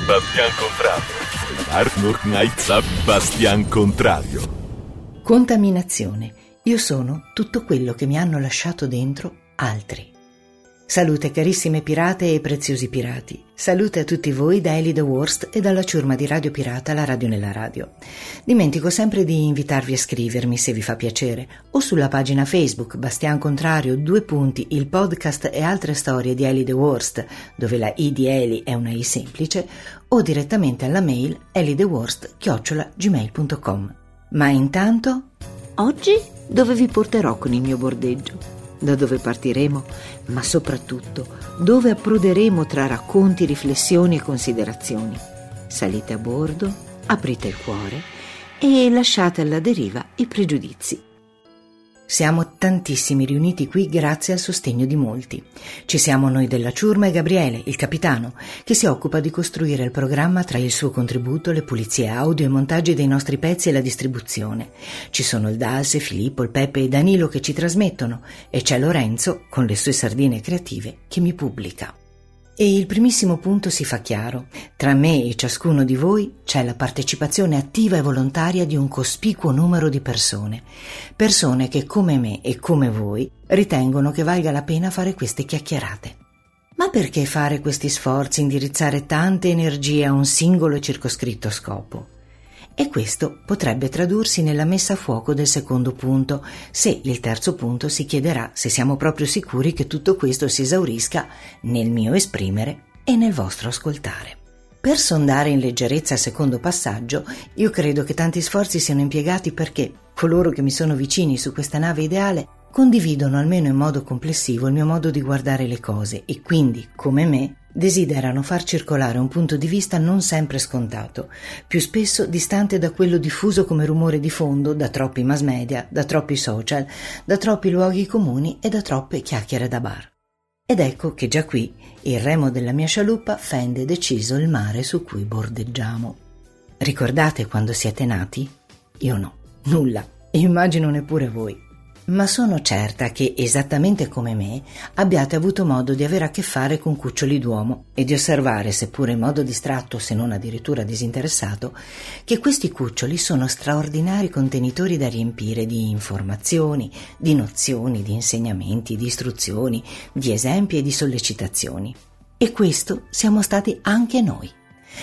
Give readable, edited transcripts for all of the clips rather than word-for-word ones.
Bastian Contrario. Arnold Knight Bastian Contrario. Contaminazione. Io sono tutto quello che mi hanno lasciato dentro altri. Salute carissime pirate e preziosi pirati. Salute a tutti voi da Eli The Worst e dalla ciurma di Radio Pirata, la radio nella radio. Dimentico sempre di invitarvi a scrivermi se vi fa piacere, o sulla pagina Facebook Bastian Contrario il podcast e altre storie di Eli The Worst, dove la I di Eli è una I semplice, o direttamente alla mail elitheworst@gmail.com. Ma intanto, oggi dove vi porterò con il mio bordeggio? Da dove partiremo, ma soprattutto dove approderemo tra racconti, riflessioni e considerazioni. Salite a bordo, aprite il cuore e lasciate alla deriva i pregiudizi. Siamo tantissimi riuniti qui grazie al sostegno di molti. Ci siamo noi della ciurma e Gabriele, il capitano, che si occupa di costruire il programma tra il suo contributo, le pulizie audio e i montaggi dei nostri pezzi e la distribuzione. Ci sono il Dalse, Filippo, il Peppe e Danilo che ci trasmettono e c'è Lorenzo, con le sue sardine creative, che mi pubblica. E il primissimo punto si fa chiaro. Tra me e ciascuno di voi c'è la partecipazione attiva e volontaria di un cospicuo numero di persone. Persone che, come me e come voi, ritengono che valga la pena fare queste chiacchierate. Ma perché fare questi sforzi, indirizzare tante energie a un singolo e circoscritto scopo? E questo potrebbe tradursi nella messa a fuoco del secondo punto, se il terzo punto si chiederà se siamo proprio sicuri che tutto questo si esaurisca nel mio esprimere e nel vostro ascoltare. Per sondare in leggerezza il secondo passaggio, io credo che tanti sforzi siano impiegati perché coloro che mi sono vicini su questa nave ideale condividono almeno in modo complessivo il mio modo di guardare le cose e quindi, come me, desiderano far circolare un punto di vista non sempre scontato, più spesso distante da quello diffuso come rumore di fondo da troppi mass media, da troppi social, da troppi luoghi comuni e da troppe chiacchiere da bar. Ed ecco che già qui il remo della mia scialuppa fende deciso il mare su cui bordeggiamo. Ricordate quando siete nati? Io no, nulla, e immagino neppure voi. Ma sono certa che, esattamente come me, abbiate avuto modo di avere a che fare con cuccioli d'uomo e di osservare, seppure in modo distratto se non addirittura disinteressato, che questi cuccioli sono straordinari contenitori da riempire di informazioni, di nozioni, di insegnamenti, di istruzioni, di esempi e di sollecitazioni. E questo siamo stati anche noi.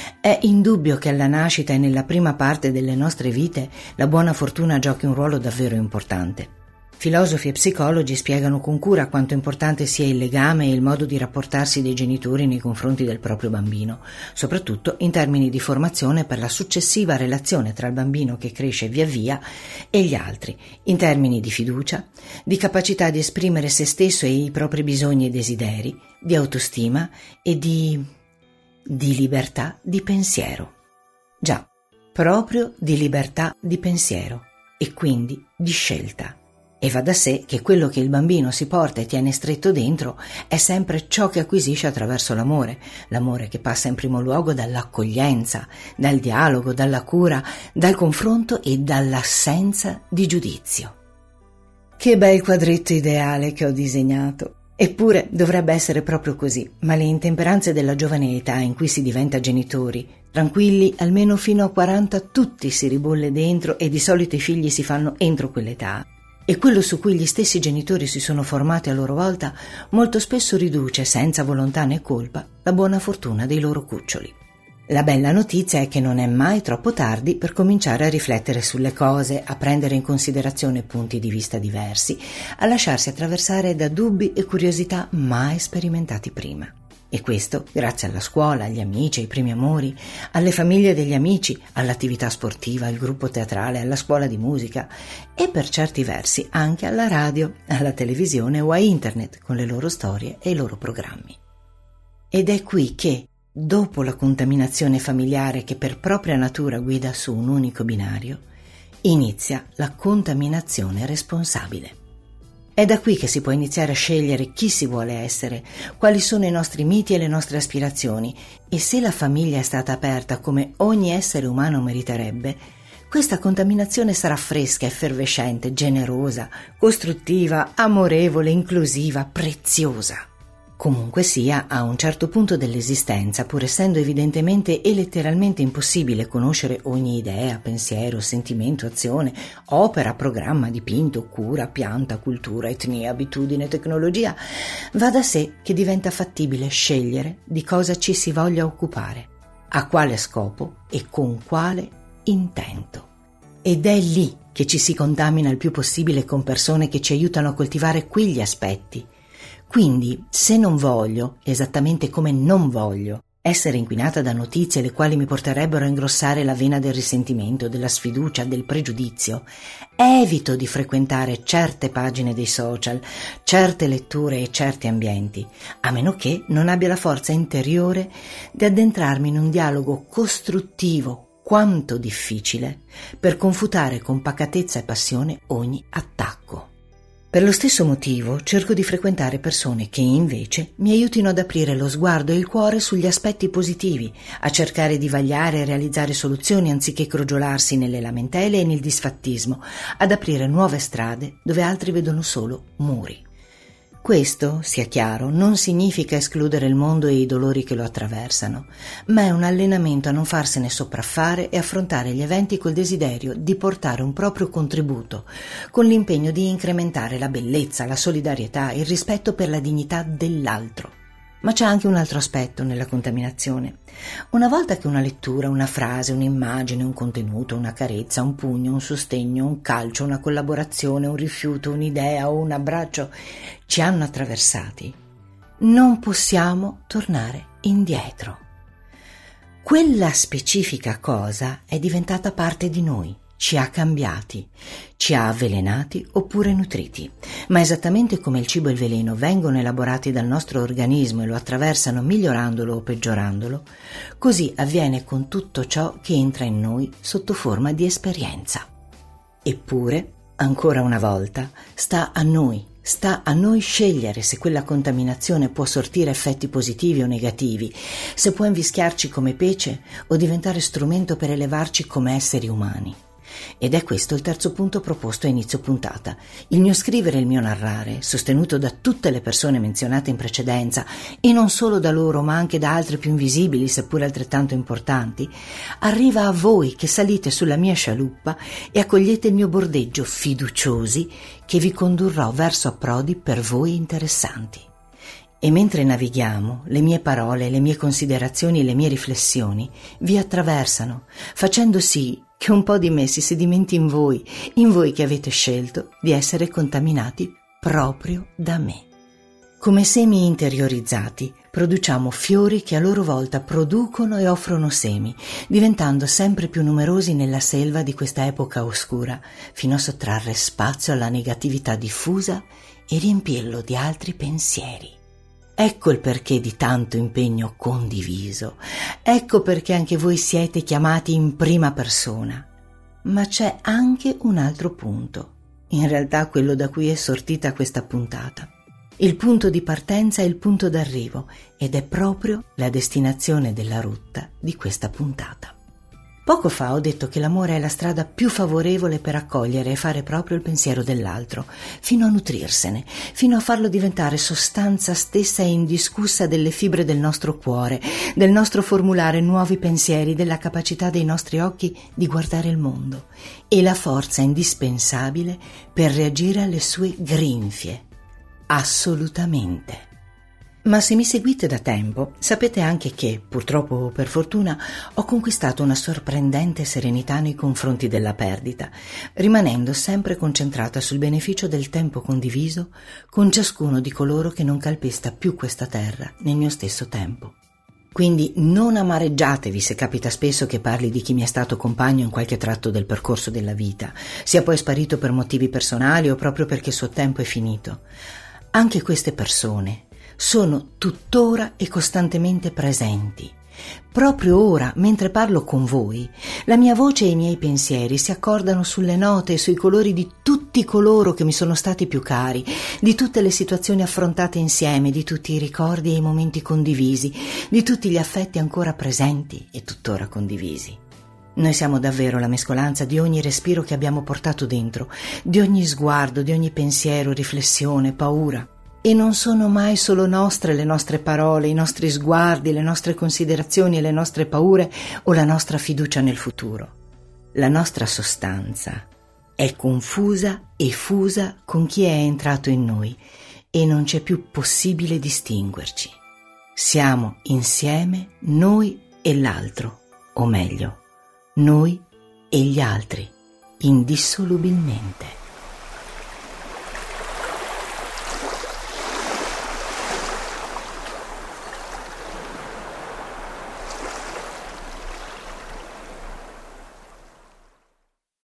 È indubbio che alla nascita e nella prima parte delle nostre vite la buona fortuna giochi un ruolo davvero importante. Filosofi e psicologi spiegano con cura quanto importante sia il legame e il modo di rapportarsi dei genitori nei confronti del proprio bambino, soprattutto in termini di formazione per la successiva relazione tra il bambino che cresce via via e gli altri, in termini di fiducia, di capacità di esprimere se stesso e i propri bisogni e desideri, di autostima e di libertà di pensiero. Già, proprio di libertà di pensiero e quindi di scelta. E va da sé che quello che il bambino si porta e tiene stretto dentro è sempre ciò che acquisisce attraverso l'amore che passa in primo luogo dall'accoglienza, dal dialogo, dalla cura, dal confronto e dall'assenza di giudizio. Che bel quadretto ideale che ho disegnato! Eppure dovrebbe essere proprio così, ma le intemperanze della giovane età in cui si diventa genitori, tranquilli almeno fino a 40 tutti si ribolle dentro e di solito i figli si fanno entro quell'età. E quello su cui gli stessi genitori si sono formati a loro volta molto spesso riduce, senza volontà né colpa, la buona fortuna dei loro cuccioli. La bella notizia è che non è mai troppo tardi per cominciare a riflettere sulle cose, a prendere in considerazione punti di vista diversi, a lasciarsi attraversare da dubbi e curiosità mai sperimentati prima. E questo grazie alla scuola, agli amici, ai primi amori, alle famiglie degli amici, all'attività sportiva, al gruppo teatrale, alla scuola di musica e per certi versi anche alla radio, alla televisione o a internet con le loro storie e i loro programmi. Ed è qui che, dopo la contaminazione familiare che per propria natura guida su un unico binario, inizia la contaminazione responsabile. È da qui che si può iniziare a scegliere chi si vuole essere, quali sono i nostri miti e le nostre aspirazioni, e se la famiglia è stata aperta come ogni essere umano meriterebbe, questa contaminazione sarà fresca, effervescente, generosa, costruttiva, amorevole, inclusiva, preziosa. Comunque sia, a un certo punto dell'esistenza, pur essendo evidentemente e letteralmente impossibile conoscere ogni idea, pensiero, sentimento, azione, opera, programma, dipinto, cura, pianta, cultura, etnia, abitudine, tecnologia, va da sé che diventa fattibile scegliere di cosa ci si voglia occupare, a quale scopo e con quale intento. Ed è lì che ci si contamina il più possibile con persone che ci aiutano a coltivare quegli aspetti. Quindi, se non voglio, esattamente come non voglio, essere inquinata da notizie le quali mi porterebbero a ingrossare la vena del risentimento, della sfiducia, del pregiudizio, evito di frequentare certe pagine dei social, certe letture e certi ambienti, a meno che non abbia la forza interiore di addentrarmi in un dialogo costruttivo quanto difficile per confutare con pacatezza e passione ogni attacco. Per lo stesso motivo cerco di frequentare persone che invece mi aiutino ad aprire lo sguardo e il cuore sugli aspetti positivi, a cercare di vagliare e realizzare soluzioni anziché crogiolarsi nelle lamentele e nel disfattismo, ad aprire nuove strade dove altri vedono solo muri. Questo, sia chiaro, non significa escludere il mondo e i dolori che lo attraversano, ma è un allenamento a non farsene sopraffare e affrontare gli eventi col desiderio di portare un proprio contributo, con l'impegno di incrementare la bellezza, la solidarietà, il rispetto per la dignità dell'altro. Ma c'è anche un altro aspetto nella contaminazione. Una volta che una lettura, una frase, un'immagine, un contenuto, una carezza, un pugno, un sostegno, un calcio, una collaborazione, un rifiuto, un'idea o un abbraccio ci hanno attraversati, non possiamo tornare indietro. Quella specifica cosa è diventata parte di noi, ci ha cambiati, ci ha avvelenati oppure nutriti, ma esattamente come il cibo e il veleno vengono elaborati dal nostro organismo e lo attraversano migliorandolo o peggiorandolo, così avviene con tutto ciò che entra in noi sotto forma di esperienza. Eppure, ancora una volta, sta a noi scegliere se quella contaminazione può sortire effetti positivi o negativi, se può invischiarci come pece o diventare strumento per elevarci come esseri umani. Ed è questo il terzo punto proposto a inizio puntata. Il mio scrivere e il mio narrare, sostenuto da tutte le persone menzionate in precedenza, e non solo da loro ma anche da altre più invisibili seppur altrettanto importanti, arriva a voi che salite sulla mia scialuppa e accogliete il mio bordeggio fiduciosi che vi condurrò verso approdi per voi interessanti. E mentre navighiamo, le mie parole, le mie considerazioni e le mie riflessioni vi attraversano, facendo sì che un po' di me si sedimenti in voi che avete scelto di essere contaminati proprio da me. Come semi interiorizzati, produciamo fiori che a loro volta producono e offrono semi, diventando sempre più numerosi nella selva di questa epoca oscura, fino a sottrarre spazio alla negatività diffusa e riempirlo di altri pensieri. Ecco il perché di tanto impegno condiviso, ecco perché anche voi siete chiamati in prima persona. Ma c'è anche un altro punto, in realtà quello da cui è sortita questa puntata. Il punto di partenza è il punto d'arrivo ed è proprio la destinazione della rotta di questa puntata. Poco fa ho detto che l'amore è la strada più favorevole per accogliere e fare proprio il pensiero dell'altro, fino a nutrirsene, fino a farlo diventare sostanza stessa e indiscussa delle fibre del nostro cuore, del nostro formulare nuovi pensieri, della capacità dei nostri occhi di guardare il mondo e la forza indispensabile per reagire alle sue grinfie. Assolutamente. Ma se mi seguite da tempo, sapete anche che, purtroppo o per fortuna, ho conquistato una sorprendente serenità nei confronti della perdita, rimanendo sempre concentrata sul beneficio del tempo condiviso con ciascuno di coloro che non calpesta più questa terra nel mio stesso tempo. Quindi non amareggiatevi se capita spesso che parli di chi mi è stato compagno in qualche tratto del percorso della vita, sia poi sparito per motivi personali o proprio perché il suo tempo è finito. Anche queste persone sono tuttora e costantemente presenti. Proprio ora, mentre parlo con voi, la mia voce e i miei pensieri si accordano sulle note e sui colori di tutti coloro che mi sono stati più cari, di tutte le situazioni affrontate insieme, di tutti i ricordi e i momenti condivisi, di tutti gli affetti ancora presenti e tuttora condivisi. Noi siamo davvero la mescolanza di ogni respiro che abbiamo portato dentro, di ogni sguardo, di ogni pensiero, riflessione, paura. E non sono mai solo nostre le nostre parole, i nostri sguardi, le nostre considerazioni e le nostre paure o la nostra fiducia nel futuro. La nostra sostanza è confusa e fusa con chi è entrato in noi e non c'è più possibile distinguerci. Siamo insieme noi e l'altro, o meglio, noi e gli altri, indissolubilmente.